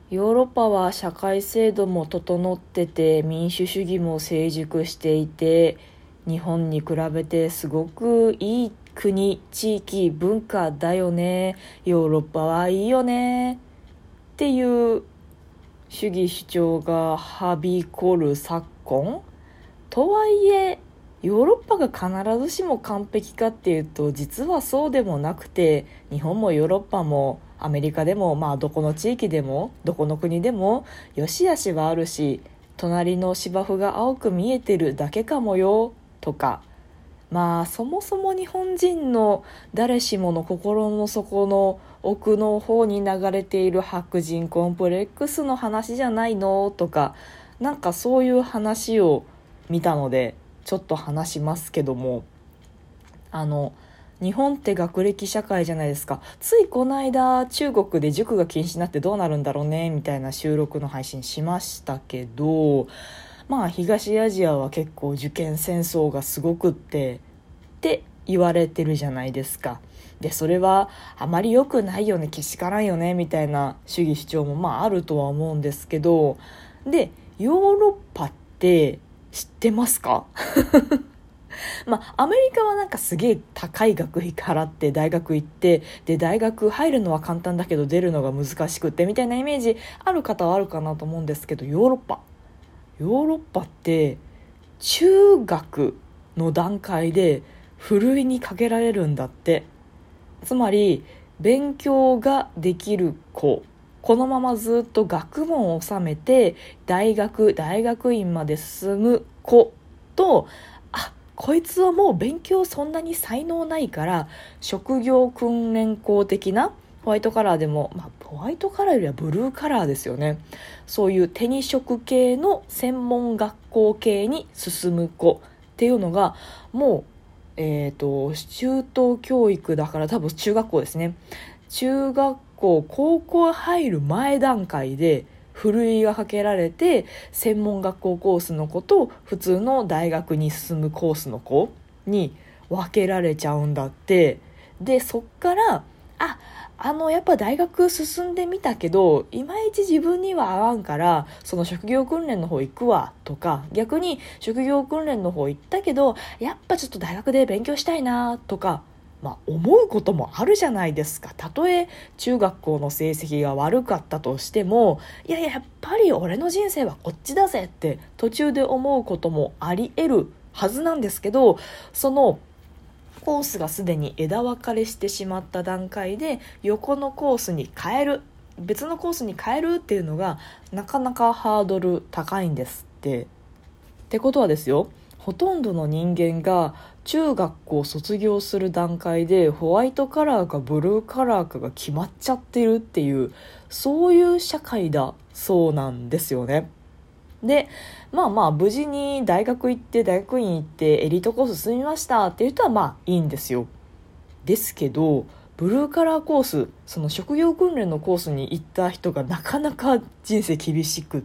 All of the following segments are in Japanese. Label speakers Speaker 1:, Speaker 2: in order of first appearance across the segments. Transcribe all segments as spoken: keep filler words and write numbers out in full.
Speaker 1: ヨーロッパは社会制度も整ってて民主主義も成熟していて、日本に比べてすごくいい国、地域、文化だよね。ヨーロッパはいいよねっていう主義主張がはびこる昨今。とはいえヨーロッパが必ずしも完璧かっていうと実はそうでもなくて、日本もヨーロッパもアメリカでも、まあどこの地域でもどこの国でも良し悪しはあるし、隣の芝生が青く見えてるだけかもよとか、まあそもそも日本人の誰しもの心の底の奥の方に流れている白人コンプレックスの話じゃないのとか、なんかそういう話を見たのでちょっと話しますけども、あの日本って学歴社会じゃないですか。ついこの間中国で塾が禁止になってどうなるんだろうねみたいな収録の配信しましたけど、まあ東アジアは結構受験戦争がすごくってって言われてるじゃないですか。でそれはあまり良くないよね、けしからんよねみたいな主義主張もまああるとは思うんですけど、でヨーロッパって知ってますか？まあ、アメリカはなんかすげえ高い学費払って大学行って、で大学入るのは簡単だけど出るのが難しくってみたいなイメージある方はあるかなと思うんですけど、ヨーロッパヨーロッパって中学の段階でふるいにかけられるんだって。つまり勉強ができる子、このままずっと学問を収めて大学大学院まで進む子と、あ、こいつはもう勉強そんなに才能ないから職業訓練校的な、ホワイトカラーでも、まあ、ホワイトカラーよりはブルーカラーですよね。そういう手に職系の専門学校系に進む子っていうのがもう、えーと、中等教育だから多分中学校ですね。中学校高校入る前段階でふるいがかけられて、専門学校コースの子と普通の大学に進むコースの子に分けられちゃうんだって。でそっからああのやっぱ大学進んでみたけどいまいち自分には合わんからその職業訓練の方行くわとか、逆に職業訓練の方行ったけどやっぱちょっと大学で勉強したいなとか、まあ、思うこともあるじゃないですか。たとえ中学校の成績が悪かったとしても、いやいややっぱり俺の人生はこっちだぜって途中で思うこともあり得るはずなんですけど、そのコースがすでに枝分かれしてしまった段階で横のコースに変える、別のコースに変えるっていうのがなかなかハードル高いんですって。ってことはですよ、ほとんどの人間が中学校卒業する段階でホワイトカラーかブルーカラーかが決まっちゃってるっていう、そういう社会だそうなんですよね。でまあまあ無事に大学行って大学院行ってエリートコース進みましたっていう人はまあいいんですよ。ですけどブルーカラーコース、その職業訓練のコースに行った人がなかなか人生厳しくって、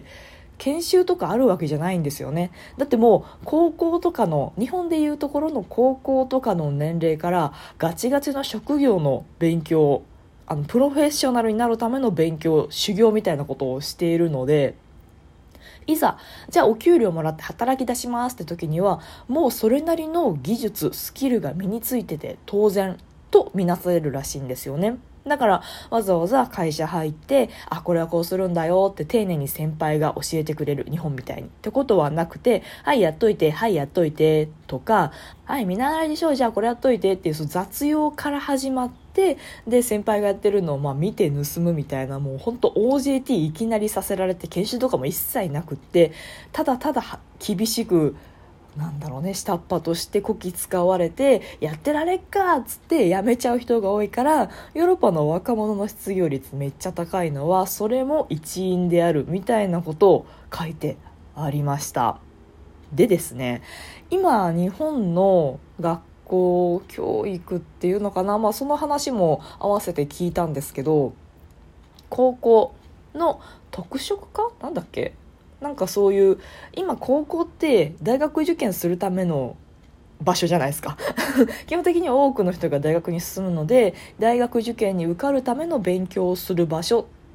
Speaker 1: 研修とかあるわけじゃないんですよね。だってもう高校とかの、日本でいうところの高校とかの年齢からガチガチの職業の勉強、あのプロフェッショナルになるための勉強、修行みたいなことをしているので、いざじゃあお給料もらって働き出しますって時にはもうそれなりの技術スキルが身についてて当然とみなされるらしいんですよね。だからわざわざ会社入ってあこれはこうするんだよって丁寧に先輩が教えてくれる、日本みたいにってことはなくて、はいやっといてはいやっといてとか、はい見習いでしょうじゃあこれやっといてっていう、その雑用から始まって、で先輩がやってるのをまあ見て盗むみたいな、もう本当 オージェーティー いきなりさせられて研修とかも一切なくって、ただただ厳しくなんだろうね、下っ端としてこき使われてやってられっかっつって辞めちゃう人が多いから、ヨーロッパの若者の失業率めっちゃ高いのはそれも一因であるみたいなことを書いてありました。でですね、今日本の学校教育っていうのかな、まあ、その話も合わせて聞いたんですけど、高校の特色科なんだっけ、なんかそういう、今高校って大学受験するための場所じゃないですか基本的に多くの人が大学に進むので大学受験に受かるための勉強をする場所っ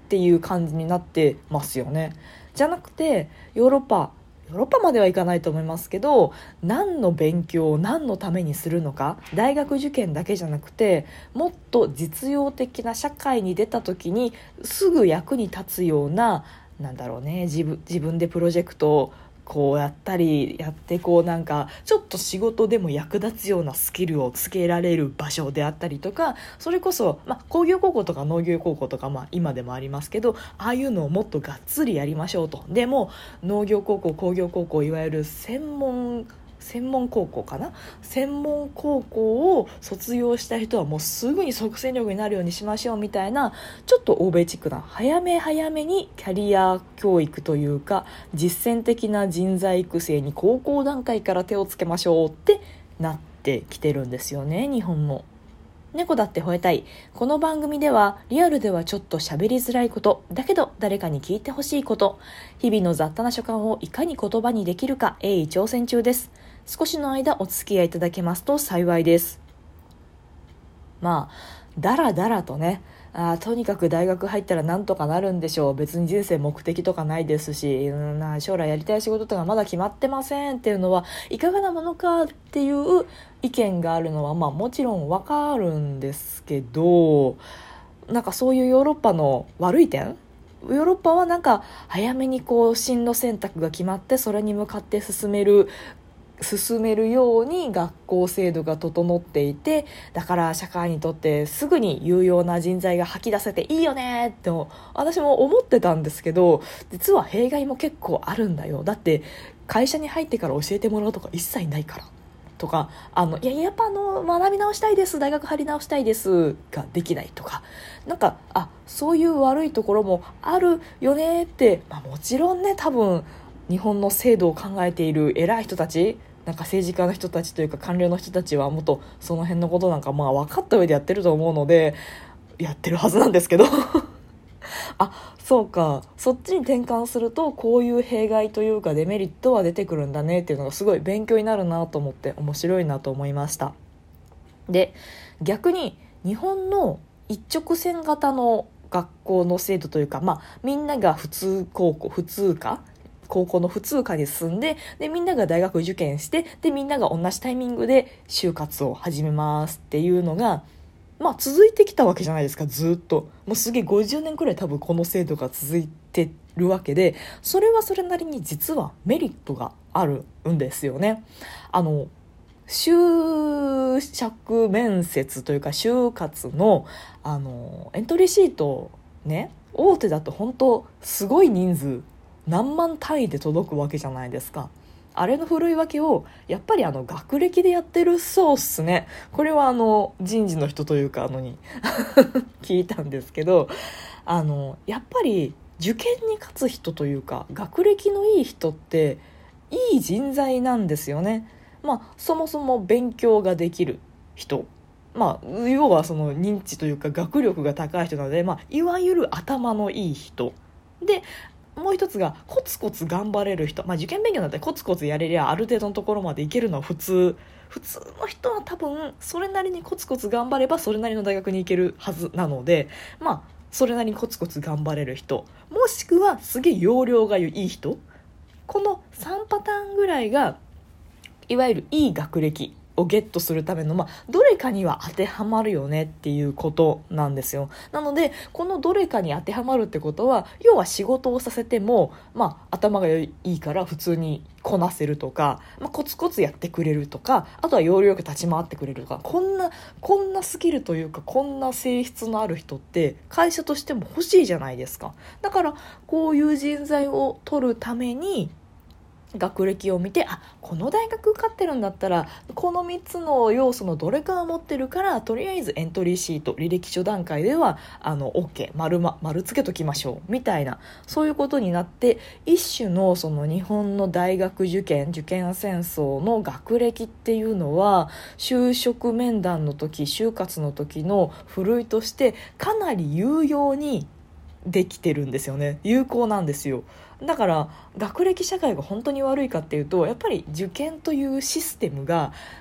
Speaker 1: っていう感じになってますよね。じゃなくてヨーロッパヨーロッパまではいかないと思いますけど、何の勉強を何のためにするのか、大学受験だけじゃなくてもっと実用的な社会に出た時にすぐ役に立つような、なんだろうね、自分、自分でプロジェクトをこうやったりやって、こうなんかちょっと仕事でも役立つようなスキルをつけられる場所であったりとか、それこそ、まあ、工業高校とか農業高校とか、まあ、今でもありますけど、ああいうのをもっとがっつりやりましょうと。でも農業高校工業高校、いわゆる専門専門高校かな、専門高校を卒業した人はもうすぐに即戦力になるようにしましょうみたいな、ちょっと欧米チックな、早め早めにキャリア教育というか実践的な人材育成に高校段階から手をつけましょうってなってきてるんですよね、日本も。猫だって吠えたい。この番組ではリアルではちょっと喋りづらいこと、だけど誰かに聞いてほしいこと、日々の雑多な所感をいかに言葉にできるか鋭意挑戦中です。少しの間お付き合いいただけますと幸いです。まあだらだらとね、あとにかく大学入ったらなんとかなるんでしょう、別に人生目的とかないですし、うんな将来やりたい仕事とかまだ決まってませんっていうのはいかがなものかっていう意見があるのは、まあもちろんわかるんですけど、なんかそういうヨーロッパの悪い点、ヨーロッパはなんか早めにこう進路選択が決まって、それに向かって進める進めるように学校制度が整っていて、だから社会にとってすぐに有用な人材が吐き出せていいよねって私も思ってたんですけど、実は弊害も結構あるんだよ。だって会社に入ってから教えてもらうとか一切ないからとか、あのいややっぱあの学び直したいです、大学入り直したいですができないとか、なんかあそういう悪いところもあるよねって、まあ、もちろんね、多分日本の制度を考えている偉い人たち、なんか政治家の人たちというか官僚の人たちはもっとその辺のことなんかまあ分かった上でやってると思うので、やってるはずなんですけどあ、そうか、そっちに転換するとこういう弊害というかデメリットは出てくるんだねっていうのがすごい勉強になるなと思って、面白いなと思いました。で、逆に日本の一直線型の学校の制度というか、まあ、みんなが普通高校普通科高校の普通科に進んで、でみんなが大学受験して、でみんなが同じタイミングで就活を始めますっていうのが、まあ、続いてきたわけじゃないですか、ずっと。もうすげえごじゅうねんくらい多分この制度が続いてるわけで、それはそれなりに実はメリットがあるんですよね。あの就職面接というか就活の、あのエントリーシートね、大手だと本当すごい人数、何万単位で届くわけじゃないですか。あれのふるい分けをやっぱりあの学歴でやってるそうっすね。これはあの人事の人というかあのに聞いたんですけど、あのやっぱり受験に勝つ人というか学歴のいい人っていい人材なんですよね。まあそもそも勉強ができる人、まあ要はその認知というか学力が高い人なので、まあ、いわゆる頭のいい人で、もう一つがコツコツ頑張れる人、まあ、受験勉強なんてコツコツやれりゃある程度のところまでいけるのは普通普通の人は多分それなりにコツコツ頑張ればそれなりの大学に行けるはずなので、まあそれなりにコツコツ頑張れる人、もしくはすげえ要領がいい人、このさんパターンぐらいがいわゆるいい学歴をゲットするための、まあ、どれかには当てはまるよねっていうことなんですよ。なのでこのどれかに当てはまるってことは、要は仕事をさせても、まあ、頭がいいから普通にこなせるとか、まあ、コツコツやってくれるとか、あとは要領よく立ち回ってくれるとか、こんなこんなスキルというかこんな性質のある人って会社としても欲しいじゃないですか。だからこういう人材を取るために学歴を見て、あ、この大学受かってるんだったらこのみっつの要素のどれかは持ってるから、とりあえずエントリーシート履歴書段階ではあの OK 丸、ま、丸つけときましょうみたいな、そういうことになって、一種のその日本の大学受験受験戦争の学歴っていうのは就職面談の時就活の時のふるいとしてかなり有用にできてるんですよね。有効なんですよ。だから学歴社会が本当に悪いかっていうと、やっぱり受験というシステムが結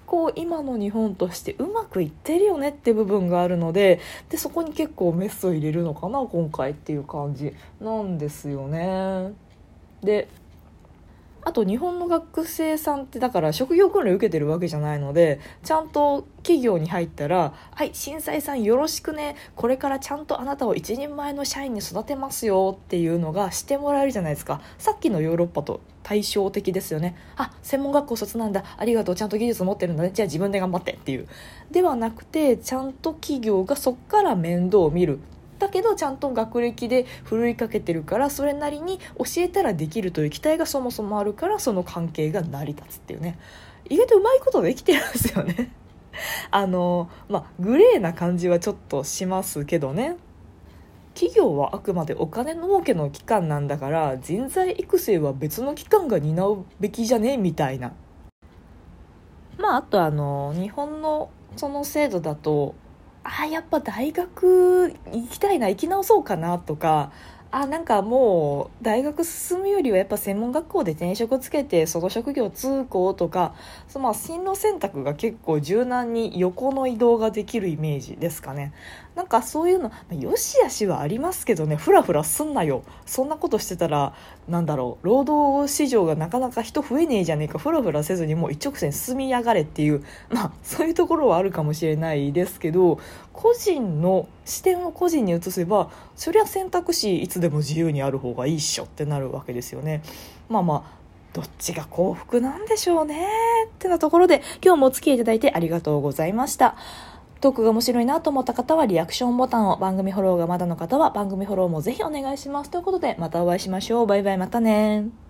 Speaker 1: 構今の日本としてうまくいってるよねって部分があるので、でそこに結構メスを入れるのかな今回っていう感じなんですよね。であと日本の学生さんってだから職業訓練受けてるわけじゃないので、ちゃんと企業に入ったら、はい震災さんよろしくね、これからちゃんとあなたを一人前の社員に育てますよっていうのがしてもらえるじゃないですか。さっきのヨーロッパと対照的ですよね。あ、専門学校卒なんだ、ありがとう、ちゃんと技術持ってるんだね、じゃあ自分で頑張ってっていうではなくて、ちゃんと企業がそっから面倒を見る。だけどちゃんと学歴でふるいかけてるから、それなりに教えたらできるという期待がそもそもあるから、その関係が成り立つっていうね、意外とうまいことできてるんですよねあのまあグレーな感じはちょっとしますけどね。企業はあくまでお金儲けの機関なんだから、人材育成は別の機関が担うべきじゃねみたいな。まああとあの日本のその制度だと、あやっぱ大学行きたいな、行き直そうかなとか、あなんかもう大学進むよりはやっぱ専門学校で転職つけてその職業通行とか、そのまあ進路選択が結構柔軟に横の移動ができるイメージですかね。なんかそういうのよしあしはありますけどね、フラフラすんなよ、そんなことしてたらなんだろう、労働市場がなかなか人増えねえじゃねえか、フラフラせずにもう一直線進みやがれっていう、まあそういうところはあるかもしれないですけど、個人の視点を個人に移せば、そりゃ選択肢いつでも自由にある方がいいっしょってなるわけですよね。まあまあどっちが幸福なんでしょうねってなところで、今日もお付き合いいただいてありがとうございました。トークが面白いなと思った方はリアクションボタンを、番組フォローがまだの方は番組フォローもぜひお願いしますということで、またお会いしましょう。バイバイ、またね。